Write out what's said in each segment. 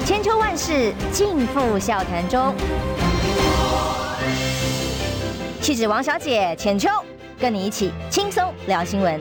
千秋万世尽付笑谈中。气质王小姐浅秋，跟你一起轻松聊新闻。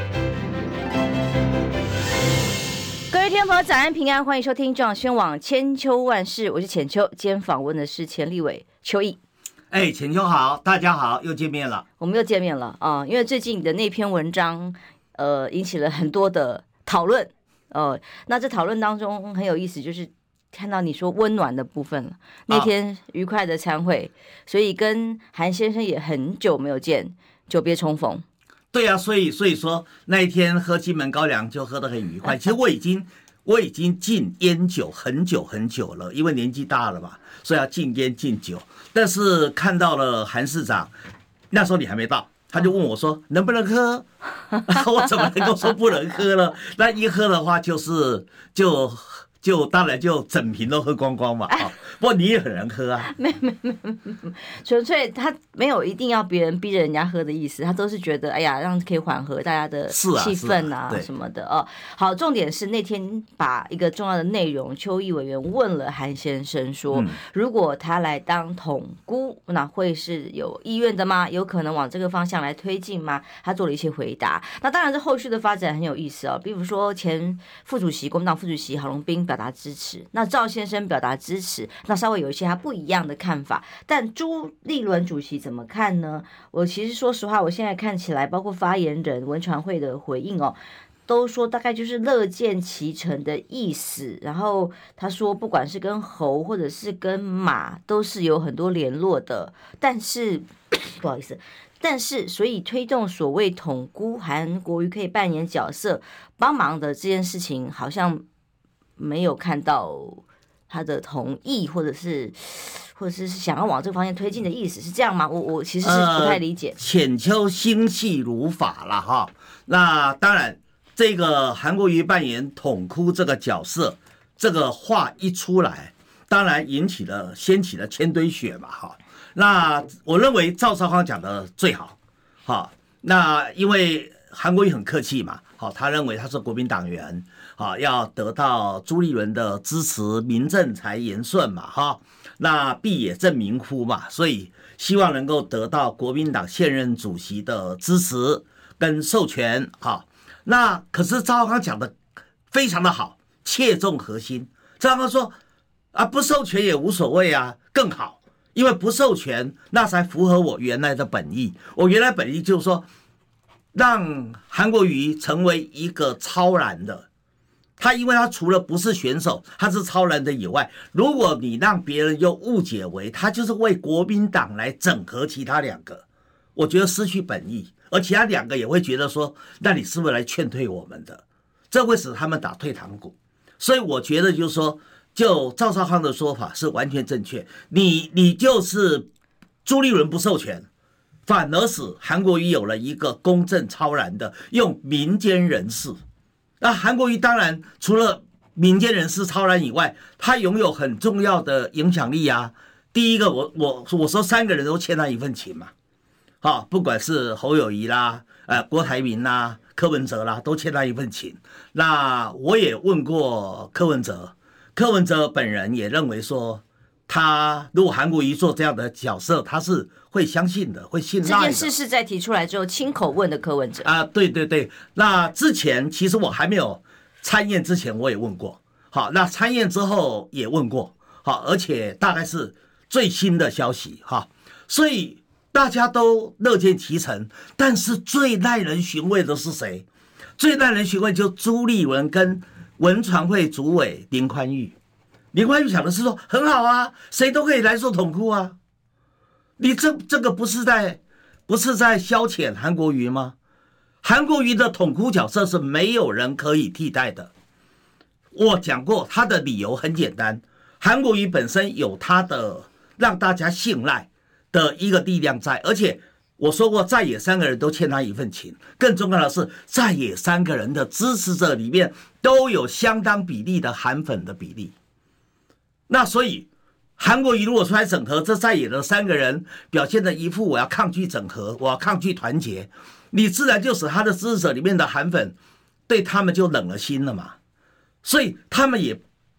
各位听众朋友，早安平安，欢迎收听中央宣网千秋万世，我是浅秋。今天访问的是前立委邱毅。 浅秋好，大家好，又见面了。 我们又见面了啊！因为最近你的那篇文章，引起了很多的讨论。那这讨论当中很有意思，就是看到你说温暖的部分了。那天愉快的参会，所以跟韩先生也很久没有见，久别重逢。 对啊，所以说那一天喝金门高粱就喝得很愉快。其实我已经禁烟酒很久了，因为年纪大了嘛，所以要禁烟禁酒。但是看到了韩市长，那时候你还没到，他就问我说能不能喝，我怎么能够说不能喝了？那一喝的话就当然就整瓶都喝光光嘛。不过你也很能喝啊。 没，纯粹他没有一定要别人逼着人家喝的意思，他都是觉得哎呀，让可以缓和大家的气氛啊什么的哦。好，重点是那天把一个重要的内容，邱毅委员问了韩先生说，如果他来当统姑，那会是有意愿的吗？有可能往这个方向来推进吗？他做了一些回答。那当然，这后续的发展很有意思哦。比如说前副主席国民党副主席郝龙斌表达支持，那赵先生表达支持，那稍微有一些他不一样的看法。但朱立伦主席怎么看呢？我其实说实话，我现在看起来，包括发言人文传会的回应哦，都说大概就是乐见其成的意思。然后他说，不管是跟侯或者是跟马，都是有很多联络的。但是不好意思。但是，所以推动所谓统姑韩国瑜可以扮演角色帮忙的这件事情，好像没有看到他的同意，或者是想要往这个方向推进的意思，是这样吗？我其实是不太理解。 浅秋心细如发了哈。那当然，这个韩国瑜扮演统哭这个角色，这个话一出来，当然掀起了千堆雪嘛哈。那我认为赵少康讲的最好，好，那因为韩国瑜很客气嘛，好，他认为他是国民党员，好，要得到朱立伦的支持，名正才言顺嘛，哈，那必也正名乎嘛，所以希望能够得到国民党现任主席的支持跟授权，好，那可是赵少康讲的非常的好，切中核心。赵少康说啊，不授权也无所谓啊，更好。因为不授权，那才符合我原来的本意。我原来本意就是说，让韩国瑜成为一个超然的。因为他除了不是选手，他是超然的以外，如果你让别人又误解为他就是为国民党来整合其他两个，我觉得失去本意，而其他两个也会觉得说，那你是不是来劝退我们的？这会使他们打退堂鼓。所以我觉得就是说，就赵少康的说法是完全正确，你就是朱立伦不授权，反而使韩国瑜有了一个公正超然的用民间人士。那韩国瑜当然除了民间人士超然以外，他拥有很重要的影响力啊。第一个，我说3个人都欠他一份情嘛，好，不管是侯友宜啦，郭台铭啦，柯文哲啦，都欠他一份情。那我也问过柯文哲本人也认为说，他如果韩国瑜做这样的角色，他是会相信的，会信赖的。 这件事是在提出来之后亲口问的柯文哲啊，对。那之前其实我还没有参验之前，我也问过。好，那参验之后也问过。好，而且大概是最新的消息哈，所以大家都乐见其成。但是最耐人寻味的是谁？最耐人寻味就朱立伦跟文传会主委林宽裕讲的是说很好啊，谁都可以来做统哭啊。你这个不是在消遣韩国瑜吗？韩国瑜的统哭角色是没有人可以替代的。我讲过他的理由很简单，韩国瑜本身有他的让大家信赖的一个力量在，而且我说过在野3个人都欠他一份情，更重要的是在野3个人的支持者里面都有相当比例的韩粉的比例。那所以韩国瑜如果出来整合，这在野的3个人表现的一副我要抗拒整合，我要抗拒团结，你自然就使他的支持者里面的韩粉对他们就冷了心了嘛。所以他们也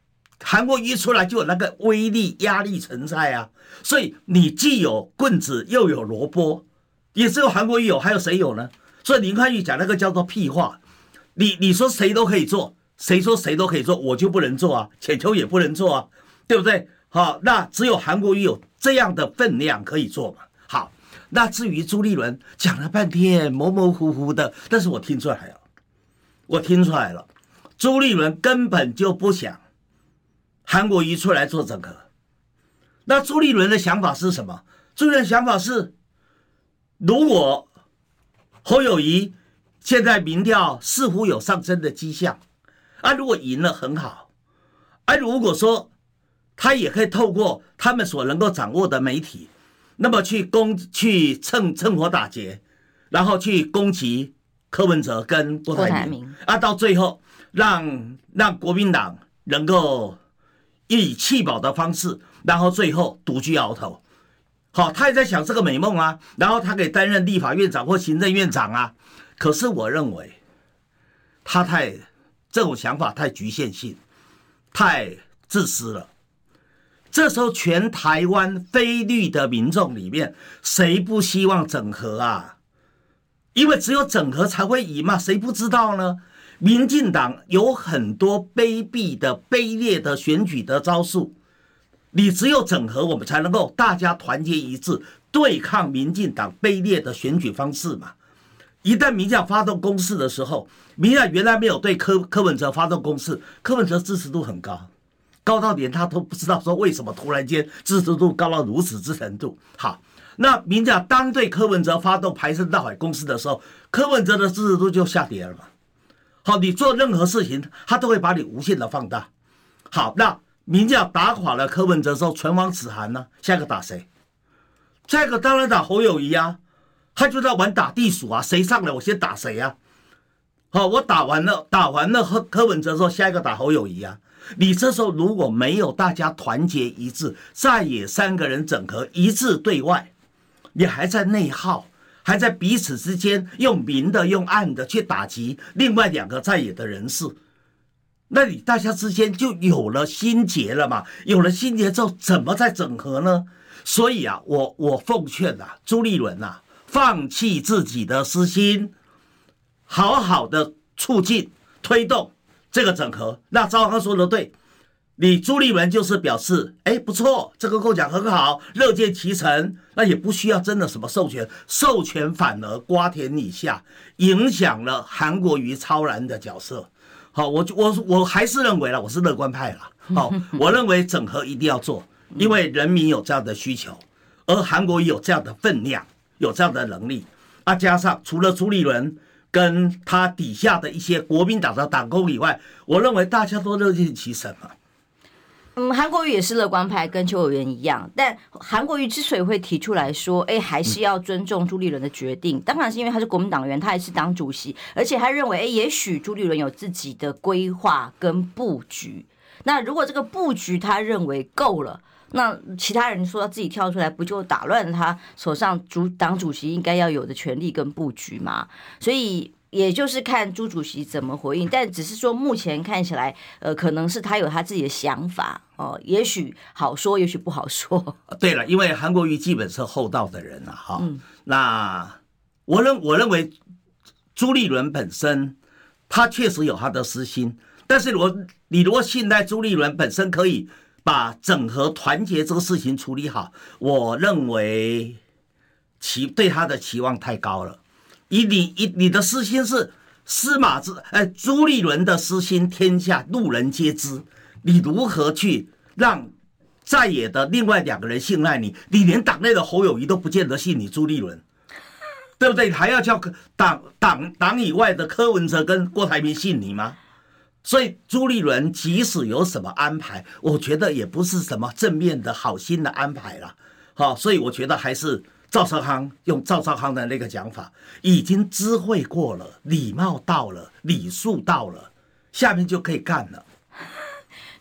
韩国瑜一出来就有那个威力压力存在啊，所以你既有棍子又有萝卜，也只有韩国瑜有，还有谁有呢？所以林宽裕讲那个叫做屁话，你说谁都可以做，谁说谁都可以做，我就不能做啊，浅秋也不能做啊，对不对？好，那只有韩国瑜有这样的分量可以做嘛。好，那至于朱立伦讲了半天模模糊糊的，但是我听出来了，朱立伦根本就不想韩国瑜出来做整合。那朱立伦的想法是什么？朱立伦的想法是，如果侯友宜现在民调似乎有上升的迹象，如果赢了很好，如果说他也可以透过他们所能够掌握的媒体，那么去趁火打劫，然后去攻击柯文哲跟郭台铭，到最后让国民党能够以弃保的方式，然后最后独具鳌头。好，他也在想这个美梦啊，然后他可以担任立法院长或行政院长啊。可是我认为他这种想法太局限性，太自私了。这时候全台湾非绿的民众里面，谁不希望整合啊？因为只有整合才会赢嘛，谁不知道呢？民进党有很多卑鄙的卑劣的选举的招数，你只有整合，我们才能够大家团结一致对抗民进党卑劣的选举方式嘛。一旦民进党发动攻势的时候，民进党原来没有对柯文哲发动攻势，柯文哲支持度很高，高到连他都不知道说为什么突然间支持度高到如此之程度。好，那民进党当对柯文哲发动排山倒海攻势的时候，柯文哲的支持度就下跌了嘛。好，你做任何事情，他都会把你无限的放大。好，那民进党打垮了柯文哲之后，唇亡齿寒呢，下一个打谁？下一个当然打侯友宜啊，他就在玩打地鼠啊，谁上来我先打谁啊。好，我打完了柯文哲之后，下一个打侯友宜啊。你这时候如果没有大家团结一致，在野3个人整合一致对外，你还在内耗，还在彼此之间用明的用暗的去打击另外2个在野的人士，那你大家之间就有了心结了嘛？有了心结之后，怎么再整合呢？所以啊，我奉劝朱立伦放弃自己的私心，好好的促进推动这个整合。那赵康说的对，你朱立伦就是表示，不错，这个构想很好，乐见其成，那也不需要真的什么授权反而瓜田李下，影响了韩国瑜超然的角色。好，我还是认为我是乐观派啦。好，我认为整合一定要做，因为人民有这样的需求，而韩国瑜有这样的分量，有这样的能力加上除了朱立伦跟他底下的一些国民党的党工以外，我认为大家都乐见其成嘛。 韩国瑜也是乐观派，跟邱委员一样，但韩国瑜之所以会提出来说，还是要尊重朱立伦的决定，当然是因为他是国民党员，他也是党主席，而且他认为，也许朱立伦有自己的规划跟布局。那如果这个布局他认为够了，那其他人说他自己跳出来，不就打乱他手上党主席应该要有的权利跟布局吗？所以也就是看朱主席怎么回应，但只是说目前看起来，可能是他有他自己的想法哦，也许好说，也许不好说。 对了，因为韩国瑜基本是厚道的人那我认为朱立伦本身他确实有他的私心，但是你如果信赖朱立伦本身可以把整合团结这个事情处理好，我认为对他的期望太高了。你的私心是朱立伦的私心，天下路人皆知。你如何去让在野的另外2个人信赖你？你连党内的侯友宜都不见得信你朱立伦，对不对？还要叫党以外的柯文哲跟郭台铭信你吗？所以朱立伦即使有什么安排，我觉得也不是什么正面的好心的安排了。好，所以我觉得还是用赵少康的那个讲法，已经知会过了，礼貌到了，礼数到了，下面就可以干了。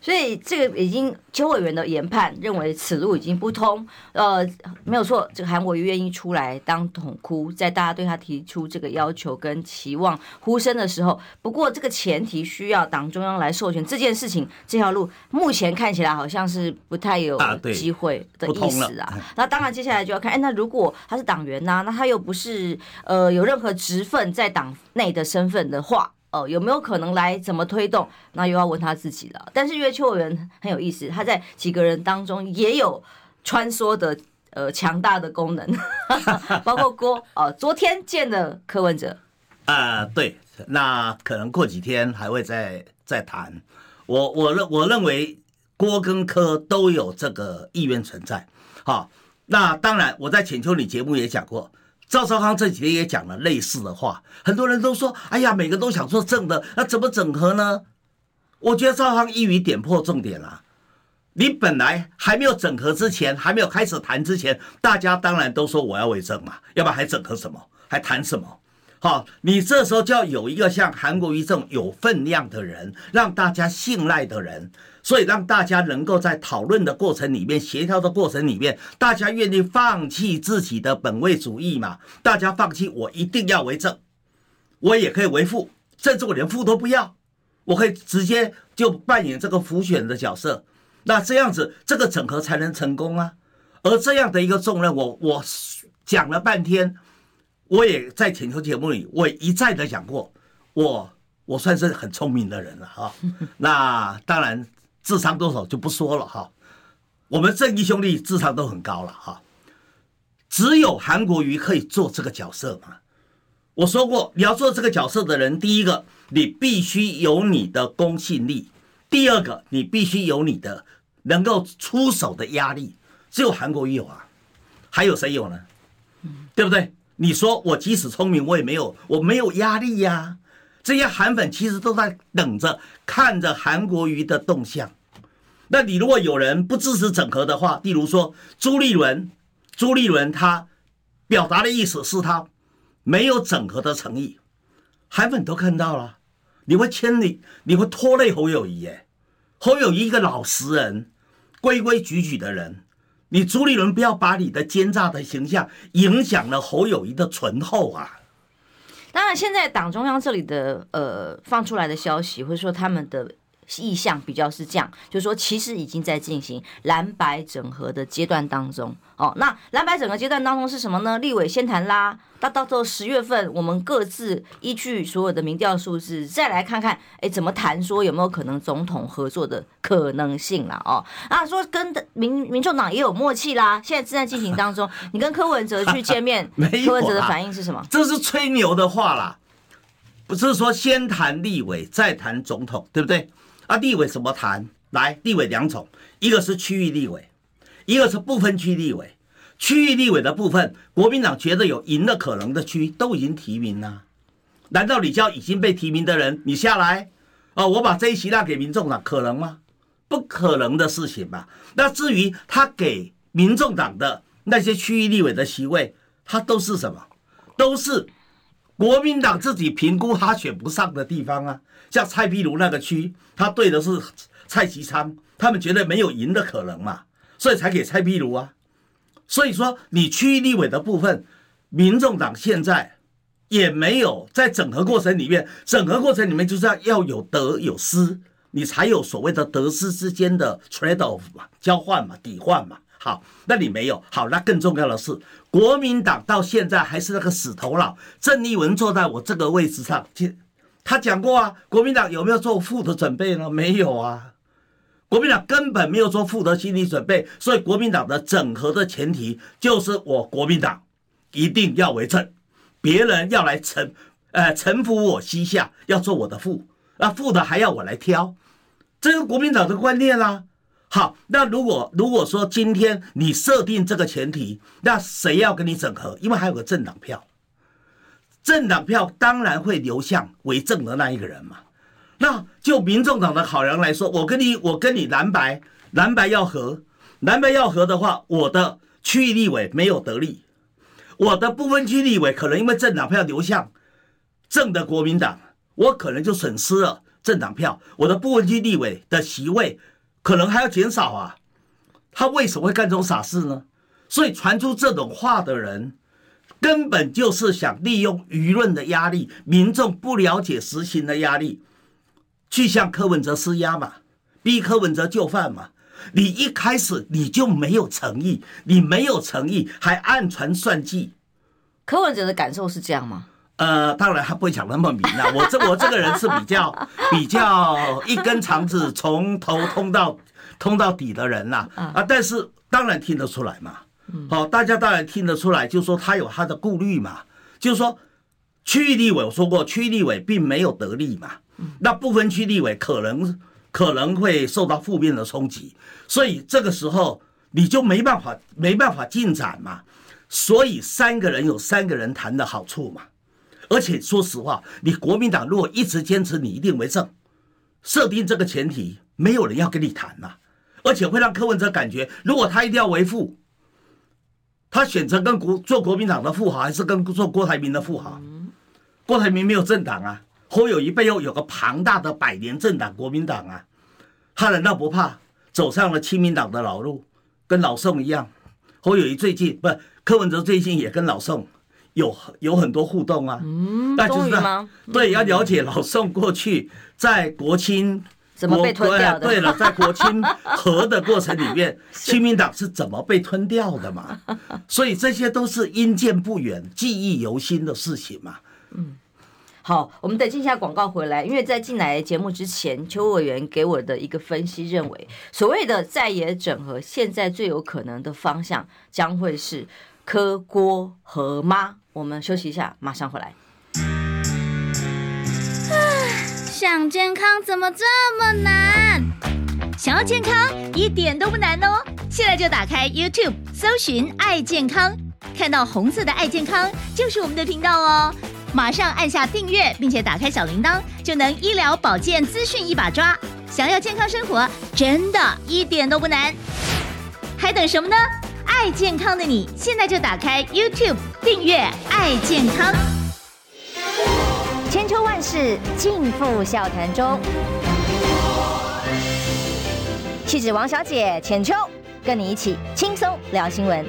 所以这个已经邱委员的研判认为此路已经不通，没有错，这个韩国瑜愿意出来当统哭，在大家对他提出这个要求跟期望呼声的时候，不过这个前提需要党中央来授权这件事情，这条路目前看起来好像是不太有机会的意思啊。那当然接下来就要看，那如果他是党员那他又不是有任何职分在党内的身份的话。有没有可能来怎么推动？那又要问他自己了。但是因为邱委员很有意思，他在几个人当中也有穿梭的强大的功能，包括郭昨天见的柯文哲。 对，那可能过几天还会再谈。我认为郭跟柯都有这个意愿存在。好，那当然我在浅秋你节目也讲过。赵少康这几天也讲了类似的话，很多人都说：“哎呀，每个都想做正的，那怎么整合呢？”我觉得赵少康一语点破重点了。你本来还没有整合之前，还没有开始谈之前，大家当然都说我要为正嘛，要不然还整合什么，还谈什么？好，你这时候就要有一个像韩国瑜这种有分量的人，让大家信赖的人。所以让大家能够在讨论的过程里面，协调的过程里面，大家愿意放弃自己的本位主义嘛？大家放弃我一定要为正，我也可以为副，甚至我连副都不要，我可以直接就扮演这个辅选的角色。那这样子，这个整合才能成功啊。而这样的一个重任，我讲了半天，我也在浅秋节目里，我一再的讲过，我算是很聪明的人了哈。那当然。智商多少就不说了哈，我们正义兄弟智商都很高了哈，只有韩国瑜可以做这个角色嘛。我说过，你要做这个角色的人，第一个你必须有你的公信力，第二个你必须有你的能够出手的压力，只有韩国瑜有啊，还有谁有呢？对不对？你说我即使聪明，我没有压力呀。这些韩粉其实都在等着看着韩国瑜的动向。那你如果有人不支持整合的话，例如说朱立伦他表达的意思是他没有整合的诚意，韩粉都看到了，你会拖累侯友宜耶。侯友宜一个老实人，规规矩矩的人，你朱立伦不要把你的奸诈的形象影响了侯友宜的醇厚啊。 当然，现在党中央这里的放出来的消息，或者说他们的意向比较是这样，就是说其实已经在进行蓝白整合的阶段当中。那蓝白整合阶段当中是什么呢？立委先谈啦，到时候10月份，我们各自依据所有的民调数字，再来看看，怎么谈说有没有可能总统合作的可能性啦。说跟民众党也有默契啦，现在正在进行当中。你跟柯文哲去见面，柯文哲的反应是什么？ 这是吹牛的话啦，不是说先谈立委再谈总统，对不对？立委怎么谈？来，立委两种，一个是区域立委，一个是不分区立委。区域立委的部分，国民党觉得有赢的可能的区都已经提名了，难道你叫已经被提名的人你下来我把这一席让给民众党，可能吗？不可能的事情吧。那至于他给民众党的那些区域立委的席位，他都是什么？都是国民党自己评估他选不上的地方啊。像蔡壁如那个区，他对的是蔡其昌，他们觉得没有赢的可能嘛，所以才给蔡壁如啊。所以说你区域立委的部分，民众党现在也没有在整合过程里面就是要有得有失，你才有所谓的得失之间的 trade off 嘛，交换嘛，抵换嘛。好，那你没有。好，那更重要的是，国民党到现在还是那个死头脑，郑丽文坐在我这个位置上，他讲过啊，国民党有没有做负的准备呢？没有啊。国民党根本没有做负的心理准备，所以国民党的整合的前提就是我国民党一定要为正，别人要来臣服我膝下，要做我的副，那副的还要我来挑，这是国民党的观念啦。好，那如果说今天你设定这个前提，那谁要跟你整合？因为还有个政党票，政党票当然会流向为正的那一个人嘛。那就民众党的考量来说，我跟你蓝白要合的话，我的区域立委没有得利，我的不分区立委可能因为政党票流向正的国民党，我可能就损失了政党票，我的不分区立委的席位可能还要减少啊。他为什么会干这种傻事呢？所以传出这种话的人，根本就是想利用舆论的压力、民众不了解实情的压力，去向柯文哲施压嘛，逼柯文哲就范嘛。你一开始你就没有诚意，你没有诚意，还暗传算计。 柯文哲的感受是这样吗？ 当然他不会讲那么明啊。我这个人是比较一根肠子从头通到底的人啦但是当然听得出来嘛。好，大家当然听得出来，就是说他有他的顾虑嘛，就是说区域立委我说过，区域立委并没有得利嘛，那不分区立委可能会受到负面的冲击，所以这个时候你就没办法进展嘛。所以3个人有3个人谈的好处嘛。而且说实话，你国民党如果一直坚持你一定为正，设定这个前提，没有人要跟你谈嘛。而且会让柯文哲感觉，如果他一定要为副，他选择做国民党的副好，还是跟做郭台铭的副好？郭台铭没有政党啊，侯友宜背后有个庞大的100年政党国民党啊，他难道不怕走上了亲民党的老路，跟老宋一样？侯友宜柯文哲最近也跟老宋有很多互动啊，那就是对，要了解老宋过去在国青怎么被吞掉的。 对了，在国青和的过程里面，亲民党是怎么被吞掉的嘛？所以这些都是因见不远、记忆犹新的事情嘛。 好，我们等进一下广告回来，因为在进来节目之前，邱委员给我的一个分析认为，所谓的在野整合，现在最有可能的方向将会是柯郭和吗？我们休息一下，马上回来。 想健康怎么这么难？想要健康一点都不难哦！现在就打开 YouTube 搜寻爱健康，看到红色的爱健康就是我们的频道哦。马上按下订阅，并且打开小铃铛，就能医疗保健资讯一把抓。想要健康生活，真的一点都不难，还等什么呢？爱健康的你，现在就打开 YouTube 订阅爱健康。 千秋万世尽付笑谈中，气质王小姐浅秋，跟你一起轻松聊新闻。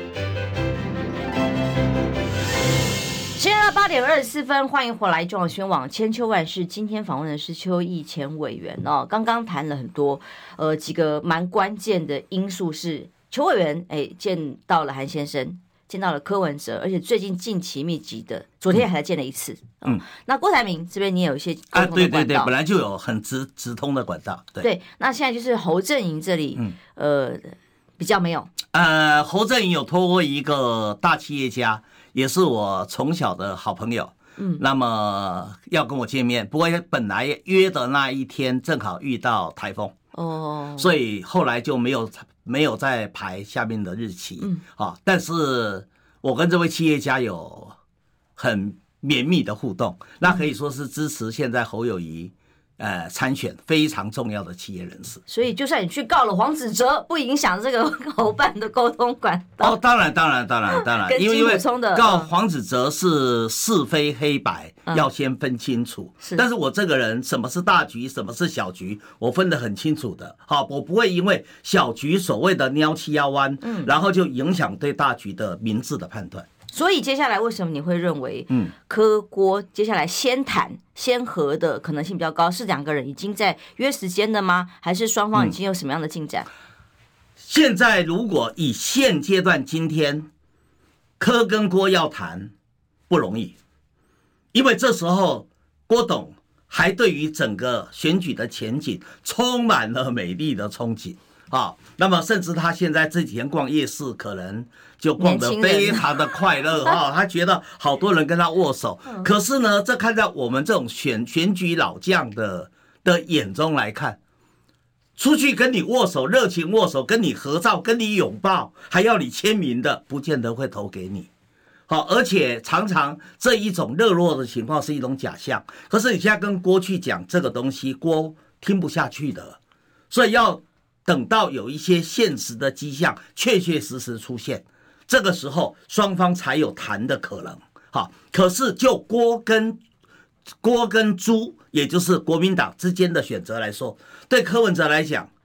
时间到8点24分，欢迎回来中广宣网千秋万世。今天访问的是邱奕前委员哦，刚刚谈了很多几个蛮关键的因素是邱委员见到了韩先生，见到了柯文哲，而且最近近期密集的，昨天还见了一次。那郭台铭这边你也有一些沟通的管道， 对，本来就有很直通的管道。 对，那现在就是侯阵营这里，比较没有。 侯阵营有托过一个大企业家，也是我从小的好朋友。那么要跟我见面，不过本来约的那一天正好遇到台风。所以后来就没有再排下面的日期。但是我跟这位企业家有很绵密的互动，那可以说是支持现在侯友宜参选非常重要的企业人士。 所以就算你去告了黄子哲，不影响这个侯办的沟通管道。 当然，因为告黄子哲是非黑白要先分清楚。但是我这个人什么是大局，什么是小局，我分得很清楚的。我不会因为小局所谓的撩七腰弯，然后就影响对大局的明智的判断。 所以接下来为什么你会认为柯郭接下来先谈先和的可能性比较高？是2个人已经在约时间的吗？还是双方已经有什么样的进展？ 现在如果以现阶段今天柯跟郭要谈不容易，因为这时候郭董还对于整个选举的前景充满了美丽的憧憬。那么甚至他现在这几天逛夜市，可能就逛得非常的快乐他觉得好多人跟他握手。可是呢，这看在我们这种选举老将的眼中来看，出去跟你握手，热情握手，跟你合照，跟你拥抱，还要你签名的，不见得会投给你。而且常常这一种热络的情况是一种假象。可是你现在跟郭去讲这个东西，郭听不下去的，所以要等到有一些现实的迹象确实出现，这个时候双方才有谈的可能。可是就郭跟朱，也就是国民党之间的选择来说，对柯文哲来讲，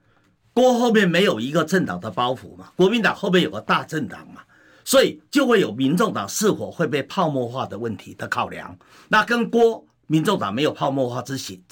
郭后面没有一个政党的包袱嘛，国民党后面有个大政党嘛，所以就会有民众党是否会被泡沫化的问题的考量。那跟郭民众党没有泡沫化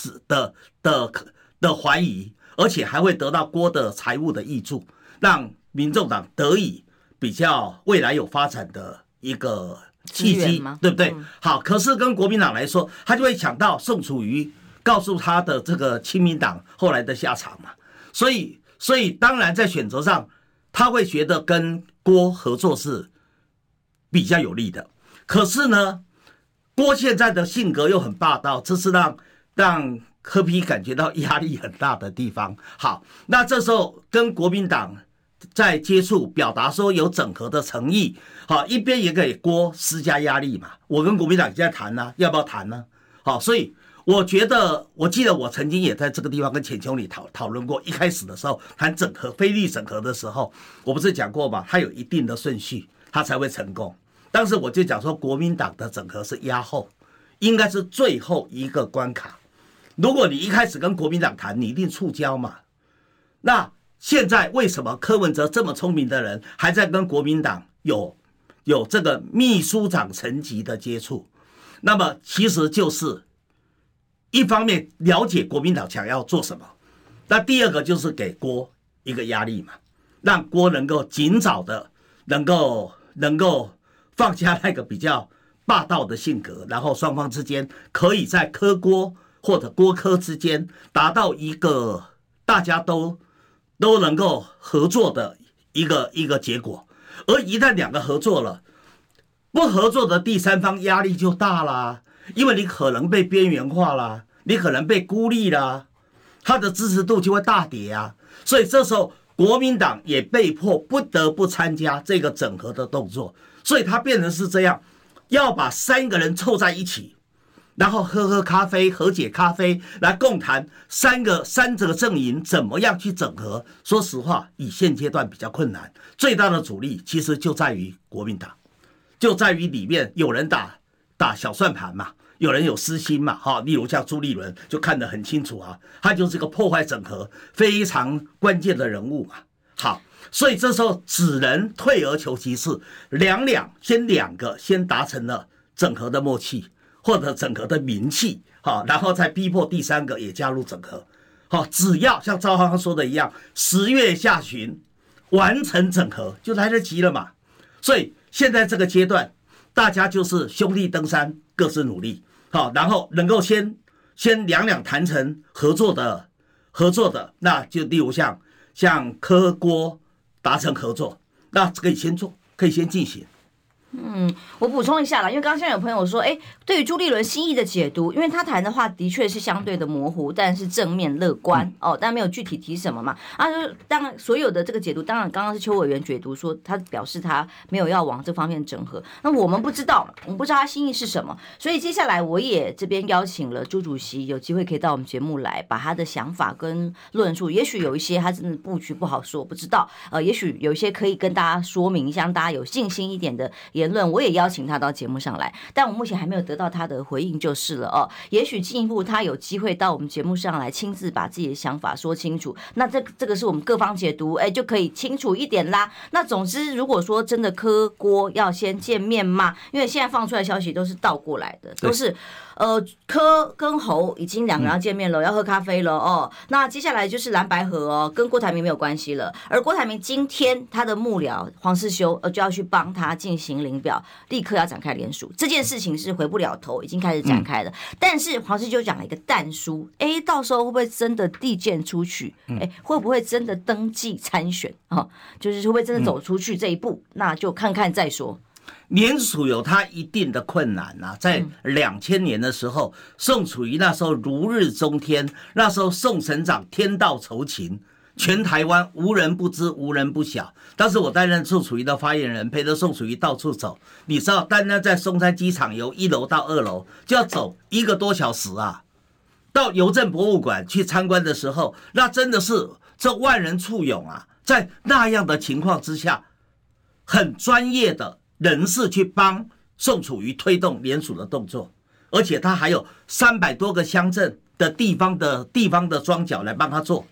的怀疑，而且还会得到郭的财务的挹注，让民众党得以比较未来有发展的一个契机，对不对？好，可是跟国民党来说，他就会想到宋楚瑜告诉他的这个亲民党后来的下场嘛，所以当然在选择上，他会觉得跟郭合作是比较有利的。可是呢，郭现在的性格又很霸道，这是让柯 P 感觉到压力很大的地方。好，那这时候跟国民党在接触，表达说有整合的诚意，好，一边也给郭施加压力嘛。我跟国民党在谈呢，要不要谈呢？好，所以我记得我曾经也在这个地方跟浅秋里讨论过。一开始的时候谈整合非律整合的时候，我不是讲过吗？它有一定的顺序，它才会成功。当时我就讲说，国民党的整合是压后，应该是最后一个关卡。如果你一开始跟国民党谈，你一定触礁嘛。那现在为什么柯文哲这么聪明的人，还在跟国民党有这个秘书长层级的接触？那么其实就是一方面了解国民党想要做什么，那第二个就是给郭一个压力嘛，让郭能够尽早的能够放下那个比较霸道的性格，然后双方之间可以在柯郭或者郭柯之间达到一个大家都能够合作的一个结果。而一旦两个合作了，不合作的第三方压力就大啦，因为你可能被边缘化啦，你可能被孤立啦，他的支持度就会大跌啊。所以这时候国民党也被迫不得不参加这个整合的动作，所以它变成是这样，要把三个人凑在一起，然后喝咖啡，和解咖啡，来共谈三者阵营怎么样去整合。说实话，以现阶段比较困难，最大的阻力其实就在于国民党，就在于里面有人打小算盘嘛，有人有私心嘛，例如像朱立伦就看得很清楚啊，他就是个破坏整合非常关键的人物嘛。好，所以这时候只能退而求其次，两个先达成了整合的默契或者整合的名气，然后再逼迫第三个也加入整合。只要像赵浩康说的一样，10月下旬完成整合就来得及了嘛。所以现在这个阶段，大家就是兄弟登山，各自努力，然后能够先两谈成合作的，那就例如像柯郭达成合作，那可以先做，可以先进行。 我补充一下啦，因为刚刚现在有朋友说，对于朱立伦心意的解读，因为他谈的话的确是相对的模糊，但是正面乐观但没有具体提什么嘛。就当然所有的这个解读，当然刚刚是邱委员解读说，他表示他没有要往这方面整合，那我们不知道他心意是什么，所以接下来我也这边邀请了朱主席，有机会可以到我们节目来，把他的想法跟论述，也许有一些他真的布局不好说，不知道，也许有一些可以跟大家说明一下，让大家有信心一点的言论，我也邀请他到节目上来，但我目前还没有得到他的回应就是了也许进一步他有机会到我们节目上来亲自把自己的想法说清楚，那这个是我们各方解读就可以清楚一点啦。那总之如果说真的柯郭要先见面嘛，因为现在放出来的消息都是倒过来的，都是柯跟侯已经两个人要见面了，要喝咖啡了那接下来就是蓝白合跟郭台铭没有关系了，而郭台铭今天他的幕僚黄世修就要去帮他进行领表，立刻要展开联署，这件事情是回不了头，已经开始展开了。但是黄世修讲了一个但书，到时候会不会真的递件出去？会不会真的登记参选？就是会不会真的走出去这一步？那就看看再说。 联署有它一定的困难啊，在2000年的时候，宋楚瑜那时候如日中天，那时候宋省长天道酬勤，全台湾无人不知，无人不晓。当时我担任宋楚瑜的发言人，陪着宋楚瑜到处走。你知道，单单在松山机场由1楼到2楼就要走1个多小时啊。到邮政博物馆去参观的时候，那真的是这万人簇拥啊，在那样的情况之下，很专业的人士去帮宋楚瑜推动联署的动作，而且他还有300多个乡镇的地方的庄脚来帮他做。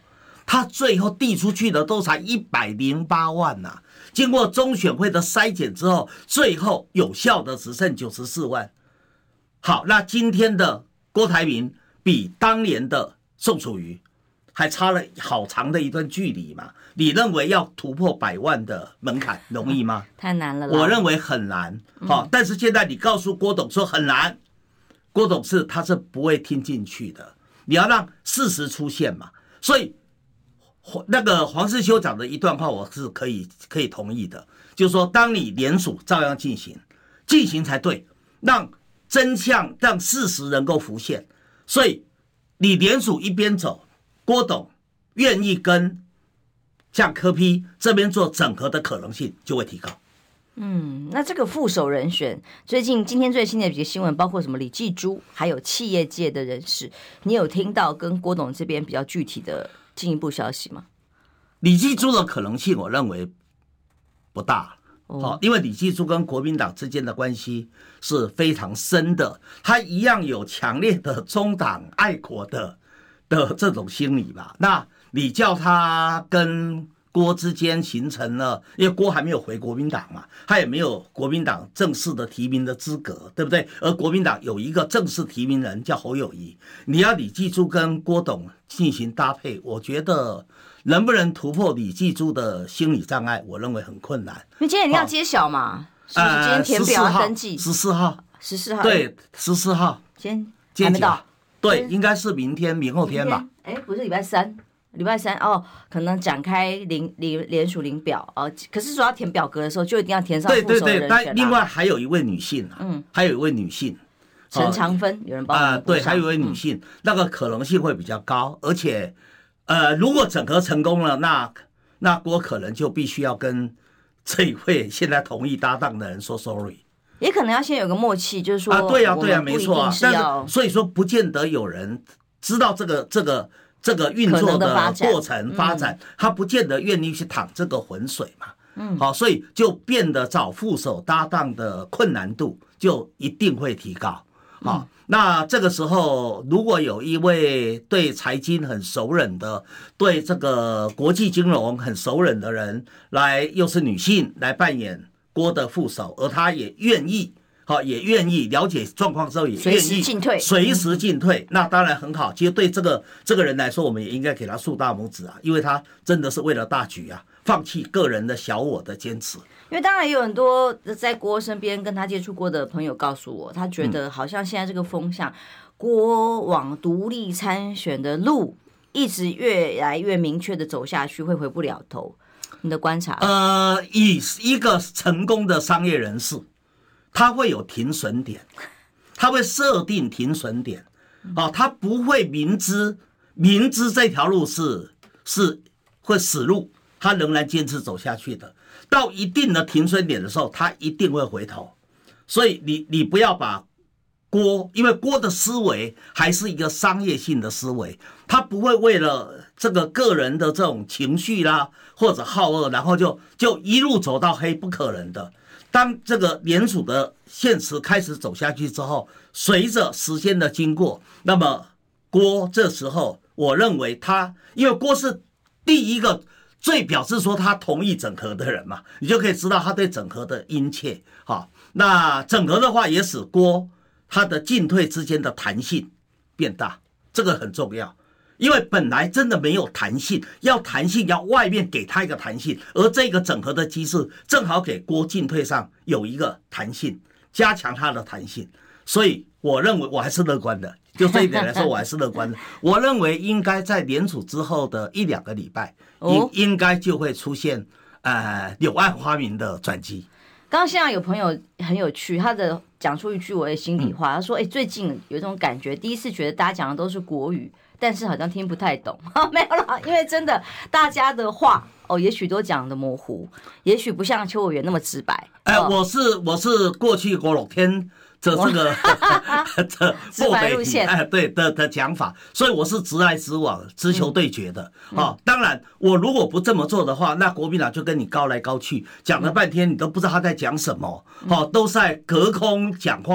他最后递出去的都才108万呐、经过中选会的筛检之后，最后有效的只剩94万。好，那今天的郭台铭比当年的宋楚瑜还差了好长的一段距离嘛？你认为要突破100万的门槛容易吗？ 太难了啦。 我认为很难。好，但是现在你告诉郭董说很难，郭董他是不会听进去的。你要让事实出现嘛。所以那个黄世修讲的一段话，我是可以同意的，就是说，当你联署照样进行才对，让真相、让事实能够浮现。所以你联署一边走，郭董愿意跟像柯 P 这边做整合的可能性就会提高。 那这个副手人选，今天最新的几个新闻，包括什么李继珠，还有企业界的人士，你有听到跟郭董这边比较具体的进一步消息吗？ 李继珠的可能性，我认为不大。因为李继珠跟国民党之间的关系是非常深的，他一样有强烈的中党爱国的这种心理吧。那你叫他跟郭之间形成了，因为郭还没有回国民党嘛，他也没有国民党正式的提名的资格，对不对？而国民党有一个正式提名人叫侯友宜，你要李继珠跟郭董进行搭配，我觉得能不能突破李继珠的心理障碍，我认为很困难。 因为今天一定要揭晓嘛，是不是？今天填表登记 14号 ，14号， 对14号， 今天还没到， 对，应该是明后天吧？ 不是礼拜三哦，可能展开联署领表哦。可是说要填表格的时候，就一定要填上副手的人选啦。 但另外还有一位女性还有一位女性陈长芬，有人帮我们对，还有一位女性，那个可能性会比较高，而且如果整合成功了，那郭可能就必须要跟这一位现在同意搭档的人说 sorry， 也可能要先有个默契，就是说对啊，没错啊。 但是所以说，不见得有人知道这个运作的过程发展，他不见得愿意去淌这个浑水嘛。好，所以就变得找副手搭档的困难度就一定会提高。好，那这个时候如果有一位对财经很熟稔的，对这个国际金融很熟稔的人来，又是女性来扮演郭的副手，而他也愿意了解状况之后，也愿意随时进退，那当然很好。其实对这个人来说，我们也应该给他竖大拇指啊，因为他真的是为了大局啊，放弃个人的小我的坚持。 因为当然有很多在郭身边跟他接触过的朋友告诉我，他觉得好像现在这个风向，郭往独立参选的路一直越来越明确的走下去，会回不了头。你的观察？ 以一个成功的商业人士，他会有停损点，他会设定停损点，他不会明知这条路是会死路，他仍然坚持走下去的。到一定的停损点的时候，他一定会回头。所以你不要把郭，因为郭的思维还是一个商业性的思维，他不会为了这个个人的这种情绪啦或者好恶，然后就一路走到黑，不可能的。当这个联署的现实开始走下去之后，随着时间的经过，那么郭这时候，我认为因为郭是第一个最表示说他同意整合的人嘛，你就可以知道他对整合的殷切。好，那整合的话也使郭他的进退之间的弹性变大，这个很重要。因为本来真的没有弹性，要弹性要外面给他一个弹性，而这个整合的机制正好给郭进退上有一个弹性，加强他的弹性。所以我认为我还是乐观的，就这一点来说我还是乐观的。我认为应该在联署之后的1-2个礼拜，应该就会出现柳暗花明的转机。 刚刚现在有朋友很有趣，他讲出一句我的心里话，他说最近有一种感觉，第一次觉得大家讲的都是国语，但是好像听不太懂。没有啦，因为真的大家的话也许都讲的模糊，也许不像邱委员那么直白。 我是过去5-6天这个直白路线对的讲法，所以我是直来直往、直球对决的。当然我如果不这么做的话，那国民党就跟你高来高去，讲了半天你都不知道他在讲什么，都是在隔空讲话。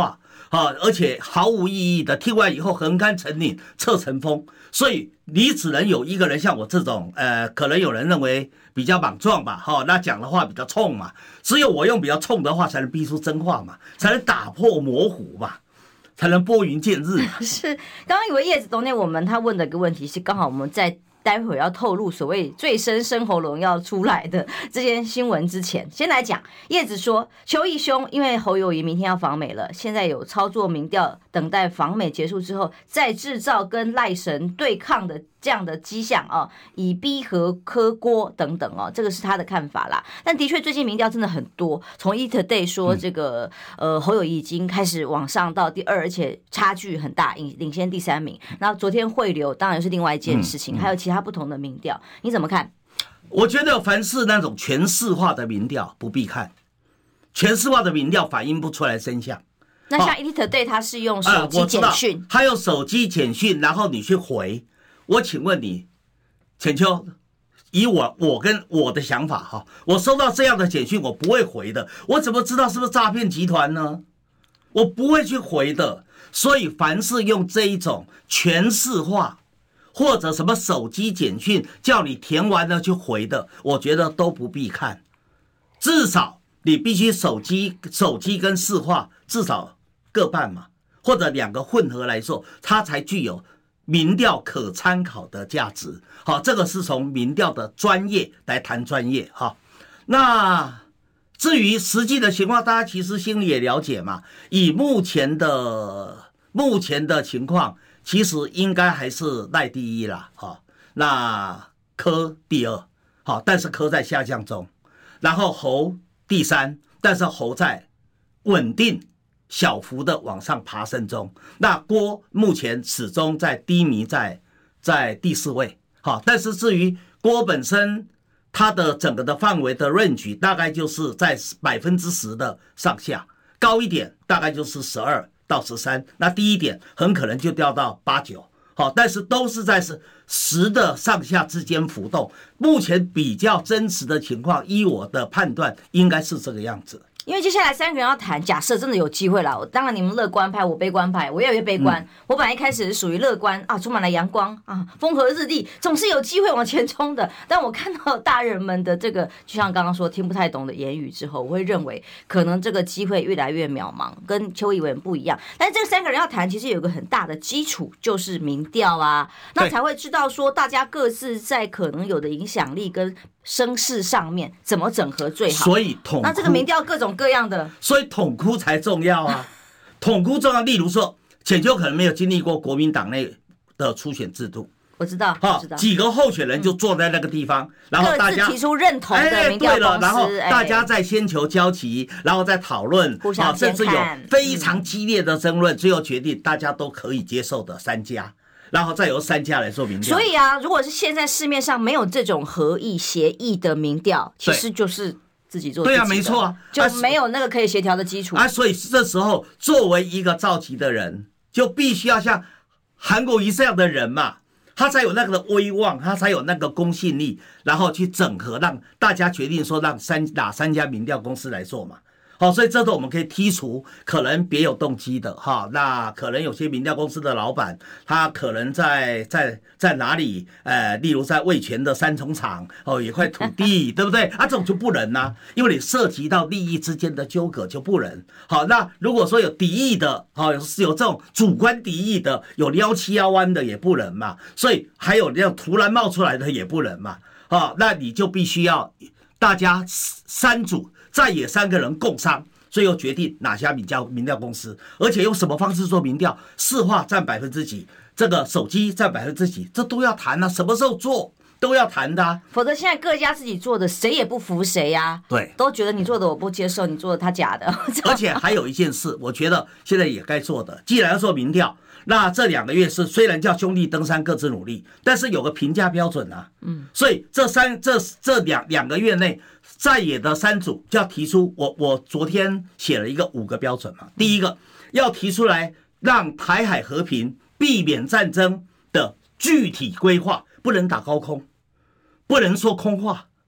而且毫无意义的，听完以后横干成岭侧成峰，所以你只能有一个人像我这种，可能有人认为比较莽撞吧，那讲的话比较冲嘛，只有我用比较冲的话才能逼出真话嘛，才能打破模糊嘛，才能拨云见日嘛。 是，刚刚以为叶子懂内我们他问的一个问题是，刚好我们在待会要透露所谓最深喉咙要出来的这件新闻之前，先来讲叶子说，邱义兄因为侯友宜明天要访美了，现在有操作民调，等待访美结束之后再制造跟赖神对抗的这样的迹象以逼和柯郭等等这个是他的看法啦。但的确最近民调真的很多，从 ETtoday 说这个侯友宜已经开始往上到第2，而且差距很大，领先第3名。然后昨天汇流当然是另外一件事情，还有其他不同的民调，你怎么看？ 我觉得凡是那种全市化的民调不必看，全市化的民调反映不出来真相。 那像 ETtoday 它是用手机简讯， 他用手机简讯，然后你去回。我请问你，浅秋，以我跟我的想法我收到这样的简讯我不会回的，我怎么知道是不是诈骗集团呢？我不会去回的。所以凡是用这一种全市化或者什么手机简讯叫你填完了去回的，我觉得都不必看。至少你必须手机跟市化至少各半嘛，或者2个混合来说，它才具有民调可参考的价值。这个是从民调的专业来谈专业。那至于实际的情况，大家其实心里也了解嘛。以目前的情况，其实应该还是赖第一啦，那柯第2，但是柯在下降中，然后侯第3，但是侯在稳定小幅的往上爬升中。那郭目前始终在低迷在第4位。但是至于郭本身，它的整个的范围的 range 大概就是在10%的上下，高一点大概就是12到13，那低一点很可能就掉到8、9。但是都是在10的上下之间浮动。目前比较真实的情况，依我的判断，应该是这个样子。 因为接下来3个人要谈，假设真的有机会啦，当然你们乐观派，我悲观派，我越来越悲观。我本来一开始是属于乐观充满了阳光风和日丽，总是有机会往前冲的。但我看到大人们的这个，就像刚刚说听不太懂的言语之后，我会认为可能这个机会越来越渺茫，跟邱议员不一样。但这3个人要谈，其实有一个很大的基础，就是民调那才会知道说大家各自在可能有的影响力跟声势上面怎么整合最好。 所以那这个民调各种各样的， 所以统哭才重要啊。统哭重要，例如说浅秋可能没有经历过国民党内的初选制度， 我知道几个候选人就坐在那个地方，然后大家各自提出认同的民调公司， 对了，然后大家再先求交集，然后再讨论，甚至有非常激烈的争论，最后决定大家都可以接受的3家。然后再由3家来做民调。 所以如果是现在市面上没有这种合意协议的民调，其实就是自己做自己的。 对没错就没有那个可以协调的基础所以这时候作为一个召集的人，就必须要像韩国瑜这样的人嘛，他才有那个威望，他才有那个公信力，然后去整合，让大家决定说让哪3家民调公司来做嘛。所以这个我们可以剔除可能别有动机的那可能有些民调公司的老板，他可能在哪里例如在味全的3重厂有块土地对不对这种就不能因为你涉及到利益之间的纠葛就不能。那如果说有敌意的有这种主观敌意的，有撩七腰弯的也不能嘛，所以还有这样突然冒出来的也不能嘛。那你就必须要大家3组再也3个人共商，最后决定哪家民调公司，而且用什么方式做民调，市话占几%，这个手机占几%，这都要谈什么时候做都要谈的否则现在各家自己做的，谁也不服谁对， 都觉得你做的我不接受，你做的他假的。 而且还有一件事，我觉得现在也该做的，既然要做民调，那这2个月是虽然叫兄弟登山各自努力，但是有个评价标准所以这两个月内，在野的3组就要提出，我昨天写了一个5个标准嘛。第一个要提出来让台海和平、避免战争的具体规划，不能打高空，不能说空话。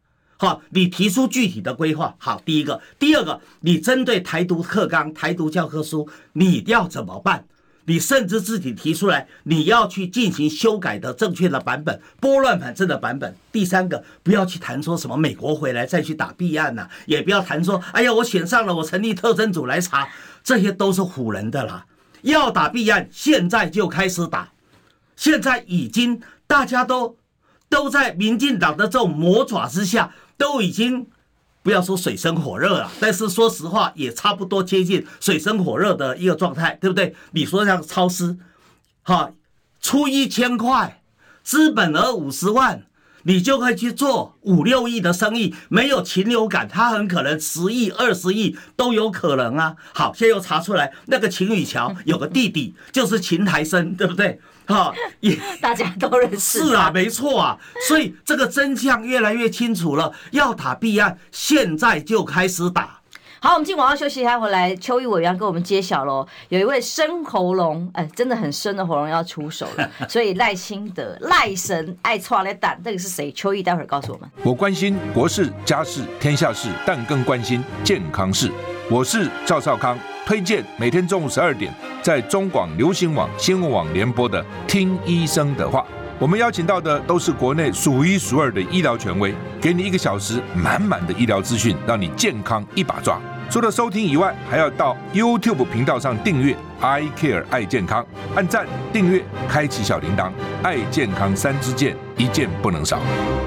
好，你提出具体的规划。好，第一个，第二个，你针对台独课纲、台独教科书，你要怎么办？你甚至自己提出来，你要去进行修改的正确的版本，拨乱反正的版本。第三个，不要去谈说什么美国回来再去打弊案也不要谈说，哎呀，我选上了，我成立特侦组来查，这些都是唬人的啦。要打弊案，现在就开始打。现在已经大家都在民进党的这种魔爪之下，都已经不要说水深火热了，但是说实话也差不多接近水深火热的一个状态，对不对？你说像超市，出1000块，资本额50万，你就可以去做5、6亿的生意，没有禽流感，它很可能10亿、20亿都有可能啊。好，现在又查出来那个秦宇桥有个弟弟就是秦台生，对不对？ 大家都认识。 是啊，没错啊，所以这个真相越来越清楚了。要打弊案，现在就开始打。 好，我们进广告休息一下，回来邱毅委员跟我们揭晓喽。有一位深喉咙，真的很深的喉咙要出手了，所以赖清德赖神爱错来胆，这个是谁？邱毅待会儿告诉我们。 我关心国事、家事、天下事，但更关心健康事。我是赵少康，推荐每天中午12点在中广流行网、新闻网联播的《听医生的话》。我们邀请到的都是国内数一数二的医疗权威，给你1个小时满满的医疗资讯，让你健康一把抓。除了收听以外，还要到 YouTube 频道上订阅 I Care 爱健康，按赞、订阅、开启小铃铛，爱健康3支箭，一件不能少。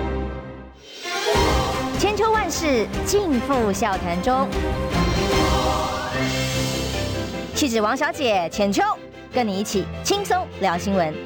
千秋万世尽付笑谈中。气质王小姐浅秋，跟你一起轻松聊新闻。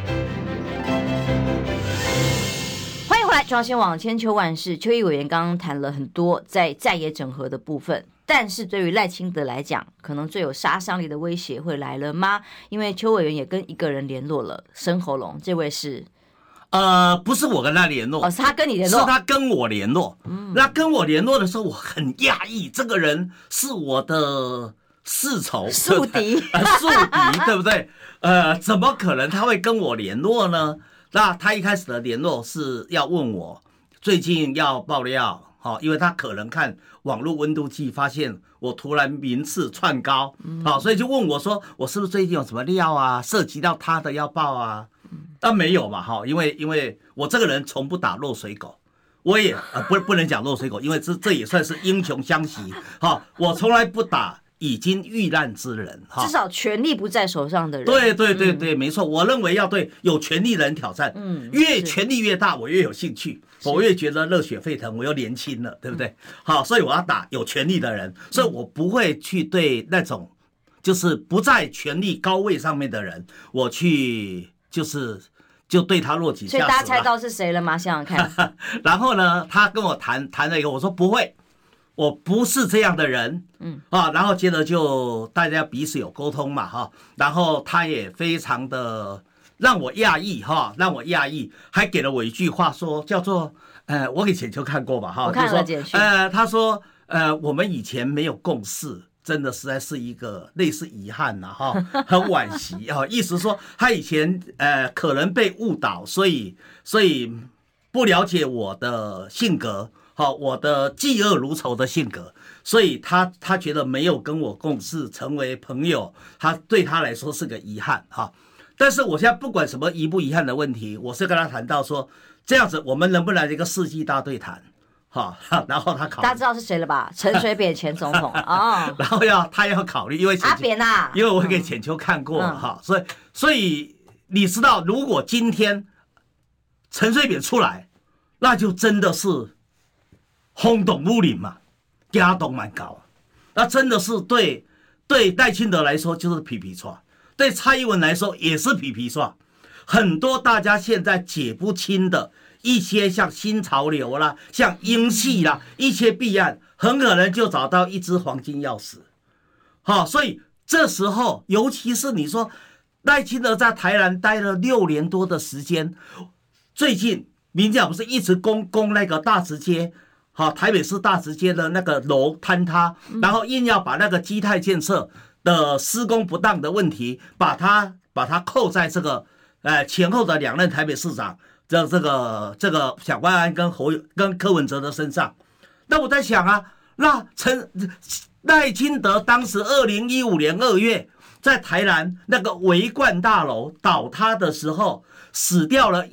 欢迎回来，中央新闻网千秋万世。邱毅委员刚刚谈了很多在野整合的部分，但是对于赖清德来讲，可能最有杀伤力的威胁会来了吗？因为邱委员也跟一个人联络了，深喉咙，这位是。 不是我跟他联络， 是他跟你联络， 是他跟我联络。那跟我联络的时候，我很讶异，这个人是我的世仇、 宿敌， 宿敌，对不对？怎么可能他会跟我联络呢？那他一开始的联络是要问我最近要爆料，因为他可能看网络温度计发现我突然名次窜高，所以就问我说，我是不是最近有什么料啊，涉及到他的要爆啊？但没有嘛，因为我这个人从不打落水狗，我也不能讲落水狗，因为这也算是英雄相惜，我从来不打已经遇难之人， 至少权力不在手上的人。 对，没错，我认为要对有权力的人挑战，越权力越大，我越有兴趣，我越觉得热血沸腾，我又年轻了，对不对？好，所以我要打有权力的人，所以我不会去对那种就是不在权力高位上面的人，我去就对他落井下石了。 所以大家猜到是谁了吗？想想看。 然后呢，他跟我谈了一个，我说不会，我不是这样的人，然后接着就大家彼此有沟通嘛，然后他也非常的让我讶异，还给了我一句话说，叫做我给浅秋看过吧， 我看了简讯， 他说我们以前没有共识。真的实在是一个类似遗憾呐，很惋惜意思说他以前可能被误导，所以不了解我的性格，我的嫉恶如仇的性格，所以他觉得没有跟我共事成为朋友，对他来说是个遗憾但是我现在不管什么遗不遗憾的问题，我是跟他谈到说，这样子我们能不能来一个世纪大对谈？然后他考虑， 大家知道是谁了吧？陈水扁前总统然后他要考虑，因为阿扁啊， 因为我给浅秋看过了所以你知道，如果今天陈水扁出来，那就真的是轰动武林嘛，压动蛮高，那真的是对赖清德来说就是皮皮剉，对蔡英文来说也是皮皮剉，很多大家现在解不清的。一些像新潮流啦，像英系啦，一些弊案，很可能就找到一支黄金钥匙。所以这时候，尤其是你说赖清德在台南待了6年多的时间，最近民进党不是一直攻那个大直街，台北市大直街的那个楼坍塌，然后硬要把那个基泰建设的施工不当的问题，把它扣在这个前后的2任台北市长。 这个蒋万安跟柯文哲的身上。那我在想啊，那赖清德当时2015年2月在台南那个维冠大楼倒塌的时候，死掉了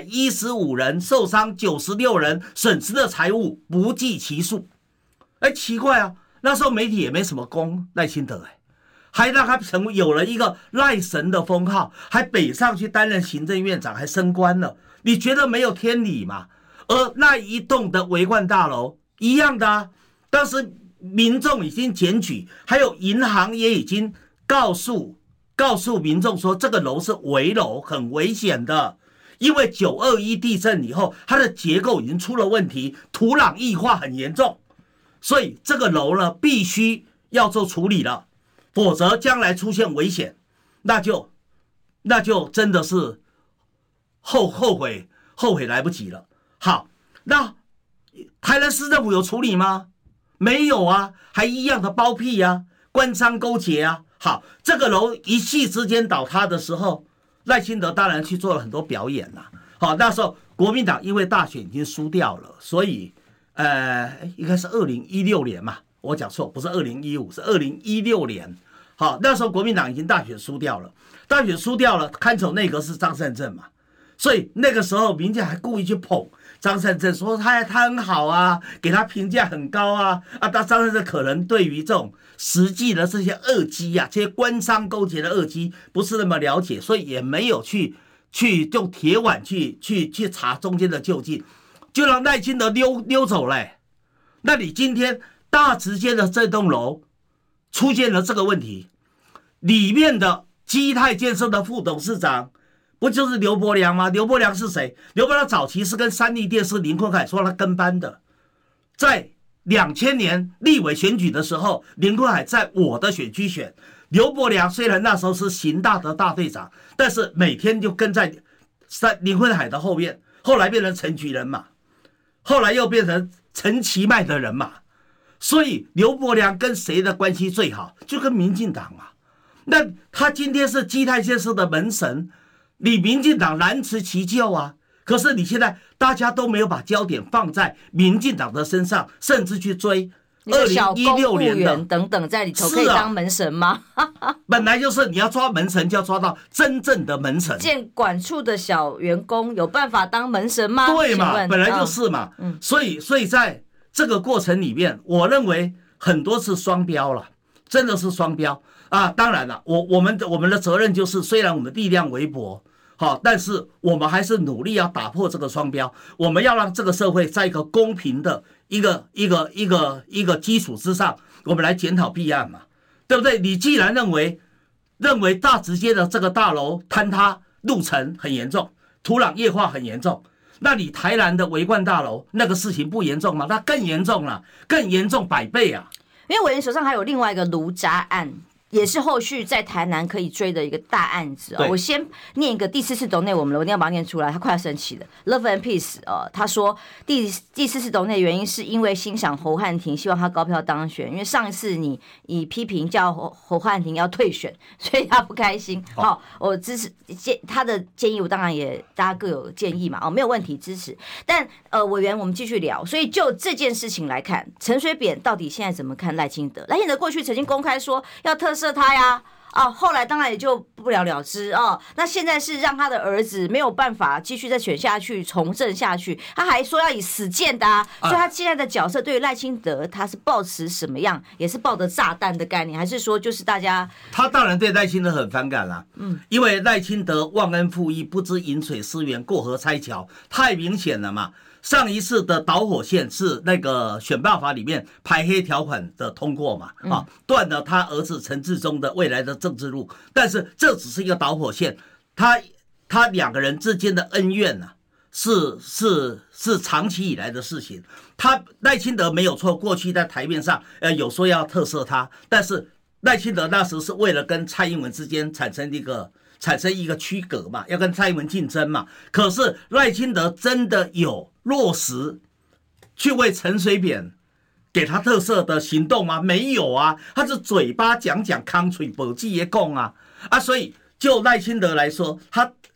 115人，受伤96人，损失的财物不计其数。奇怪啊，那时候媒体也没什么攻赖清德，还让他有了一个赖神的封号，还北上去担任行政院长，还升官了。你觉得没有天理吗？而那一栋的维冠大楼一样的啊，当时民众已经检举，还有银行也已经告诉民众说这个楼是危楼，很危险的，因为921地震以后，它的结构已经出了问题，土壤异化很严重，所以这个楼呢必须要做处理了，否则将来出现危险，那就真的是后悔来不及了。好，那台南市政府有处理吗？没有啊，还一样的包庇啊，官商勾结啊。好，这个楼一夕之间倒塌的时候，赖清德当然去做了很多表演啦。好，那时候国民党因为大选已经输掉了，所以应该是2016年嘛，我讲错，不是2015，是2016年。好，那时候国民党已经大选输掉了，看守内阁是张善政嘛，所以那个时候民进还故意去捧张善政，说他很好啊，给他评价很高啊。但张善政可能对于这种实际的这些恶迹啊，这些官商勾结的恶迹不是那么了解，所以也没有去用铁腕去查中间的究竟，就让赖清德溜走了。那你今天大直街的这栋楼出现了这个问题，里面的基泰建设的副董事长不就是刘伯良吗？刘伯良是谁？刘伯良早期是跟三立电视林坤海说他跟班的，在2000年立委选举的时候，林坤海在我的选区选刘伯良，虽然那时候是刑大的大队长，但是每天就跟在林坤海的后面，后来变成陈菊人马，后来又变成陈其迈的人马，所以刘伯良跟谁的关系最好？就跟民进党嘛。那他今天是基泰建设的门神，你民进党难辞其咎啊。可是你现在大家都没有把焦点放在民进党的身上，甚至去追2016年的等等，在里头可以当门神吗？ 本来就是你要抓门神，就要抓到真正的门神。 建管处的小员工有办法当门神吗？ 对嘛，本来就是嘛。所以在这个过程里面，我认为很多是双标了，真的是双标啊。当然了，我们的责任就是，虽然我们力量微薄。好，但是我们还是努力要打破这个双标，我们要让这个社会在一个公平的一个基础之上，我们来检讨弊案嘛，对不对？你既然认为大直街的这个大楼坍塌路程很严重，土壤液化很严重，那你台南的维冠大楼那个事情不严重吗？那更严重了，更严重100倍啊！ 因为委员手上还有另外一个卢渣案。也是后续在台南可以追的一个大案子我先念一个第4次斗内，我一定要把它念出来，他快要生气了。Love and Peace 他说第4次斗内的原因是因为欣赏侯汉廷，希望他高票当选，因为上一次你以批评叫侯汉廷要退选，所以他不开心。好，我支持他的建议，我当然也大家各有建议嘛，没有问题，支持。但委员我们继续聊，所以就这件事情来看，陈水扁到底现在怎么看赖清德？赖清德过去曾经公开说要特赦他呀，后来当然也就不了了之那现在是让他的儿子没有办法继续再选下去，从政下去，他还说要以死谏的所以他现在的角色对于赖清德，他是抱持什么样？也是抱着炸弹的概念，还是说就是大家？ 他当然对赖清德很反感啦，因为赖清德忘恩负义，不知饮水思源，过河拆桥，太明显了嘛。上一次的导火线是那个选罢法里面排黑条款的通过嘛，断了他儿子陈致中的未来的政治路，但是这只是一个导火线，他两个人之间的恩怨是长期以来的事情。赖清德没有错，过去在台面上有说要特赦他，但是赖清德那时是为了跟蔡英文之间产生一个区隔嘛，要跟蔡英文竞争嘛。可是赖清德真的有落实去为陈水扁给他特赦的行动吗？没有啊，他是嘴巴讲，空嘴不记也讲啊。所以就赖清德来说，他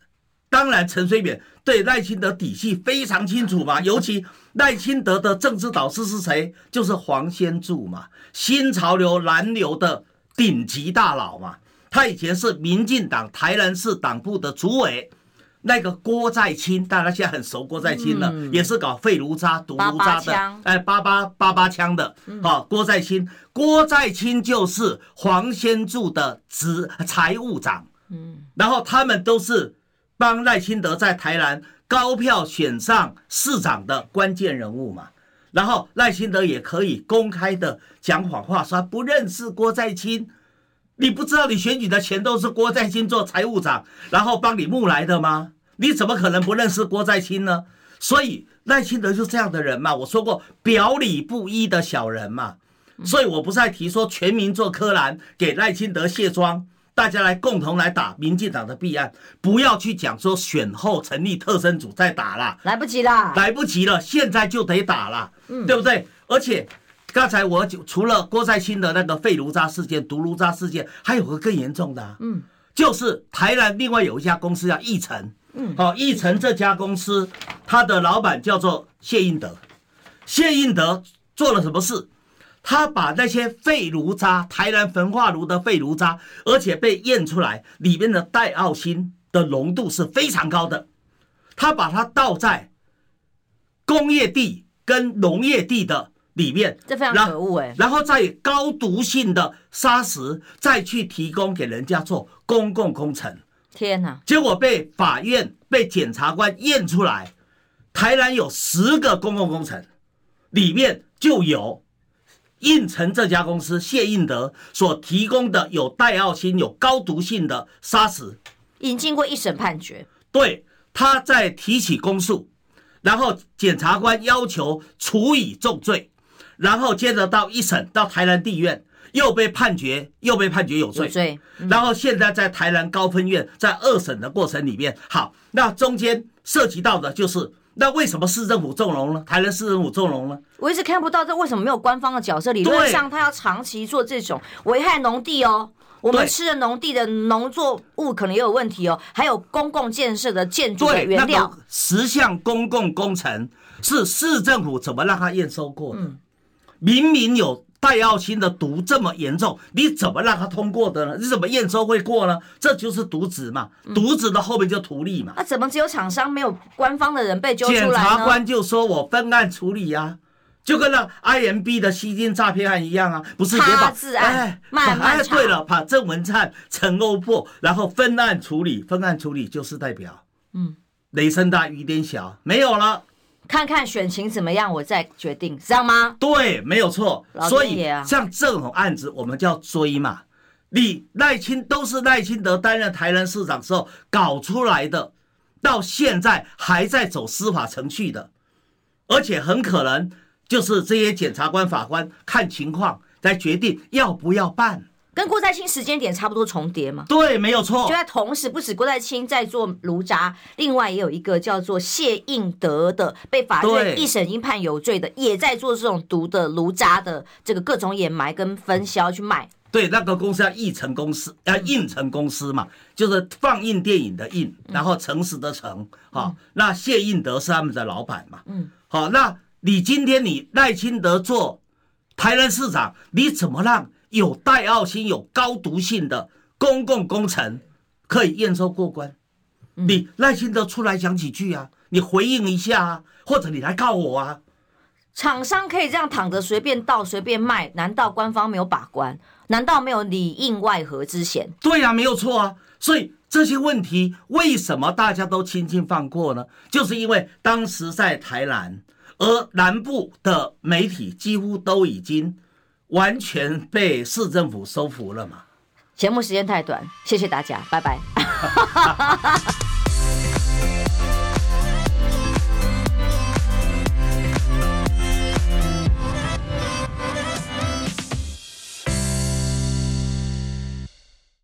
当然陈水扁对赖清德底细非常清楚嘛，尤其赖清德的政治导师是谁？就是黄先柱嘛，新潮流蓝流的顶级大佬嘛。他以前是民进党台南市党部的主委，那个郭在清，大家现在很熟郭在清了，也是搞废炉渣、毒炉渣的，88枪的，郭在清就是黄先柱的财务长，然后他们都是帮赖清德在台南高票选上市长的关键人物嘛。然后赖清德也可以公开的讲谎话，说他不认识郭在清。你不知道你选举的钱都是郭在清做财务长，然后帮你募来的吗？你怎么可能不认识郭在清呢？所以赖清德就是这样的人嘛，我说过表里不一的小人嘛。所以我不是在提说全民做柯蓝，给赖清德卸妆，大家来共同来打民进党的弊案，不要去讲说选后成立特侦组再打啦， 来不及啦， 来不及了，现在就得打啦，对不对？而且刚才我除了郭在清的那个废炉渣事件、毒炉渣事件，还有个更严重的啊，就是台南另外有一家公司叫义成，义成这家公司，他的老板叫做谢应德，谢应德做了什么事？他把那些废炉渣，台南焚化炉的废炉渣，而且被验出来里面的戴奥辛的浓度是非常高的，他把它倒在工业地跟农业地的里面， 这非常可恶然后再高毒性的砂石再去提供给人家做公共工程， 天哪！ 结果被法院被检察官验出来，台南有10个公共工程，里面就有应成这家公司谢应德所提供的有戴奥辛、有高毒性的砂石， 已经经过一审判决， 对，他在提起公诉，然后检察官要求处以重罪，然后接着到一审到台南地院又被判决有罪，然后现在在台南高分院在2审的过程里面，好，那中间涉及到的就是那为什么市政府纵容呢？台南市政府纵容呢？ 我一直看不到这为什么没有官方的角色？理论上他要长期做这种危害农地哦，我们吃的农地的农作物可能也有问题哦，还有公共建设的建筑的原料， 那10项公共工程是市政府怎么让他验收过的？明明有戴奥辛的毒这么严重，你怎么让他通过的呢？你怎么验收会过呢？这就是渎职嘛，渎职的后面就图利嘛。 那怎么只有厂商没有官方的人被揪出来呢？ 检察官就说我分案处理啊，就跟那 IMB 的吸金诈骗案一样啊，不是也把慢慢查。 对了，把郑文灿、陈欧珀，然后分案处理，分案处理就是代表雷声大雨点小，没有了。 看看选情怎么样，我再决定，这样吗？ 对，没有错。所以像这种案子，我们叫追嘛。都是赖清德担任台南市长时候搞出来的，到现在还在走司法程序的，而且很可能就是这些检察官、法官看情况来决定要不要办。 跟郭在清时间点差不多重叠嘛？ 对，没有错。 就在同时，不止郭在清在做炉渣，另外也有一个叫做谢应德的，被法院一审已经判有罪的，也在做这种毒的炉渣的这个各种掩埋跟分销去卖。 对，那个公司叫应成公司，应成公司嘛，就是放映电影的映，然后诚实的诚，那谢应德是他们的老板嘛，好，那你今天你赖清德做台南市长，你怎么让有戴奥辛、有高毒性的公共工程可以验收过关？你赖清德出来讲几句啊，你回应一下啊，或者你来告我啊。 厂商可以这样躺着随便倒随便卖，难道官方没有把关？难道没有里应外合之嫌？ 对啊，没有错啊。所以这些问题为什么大家都轻轻放过呢？就是因为当时在台南，而南部的媒体几乎都已经完全被市政府收服了嘛。 节目时间太短，谢谢大家，拜拜。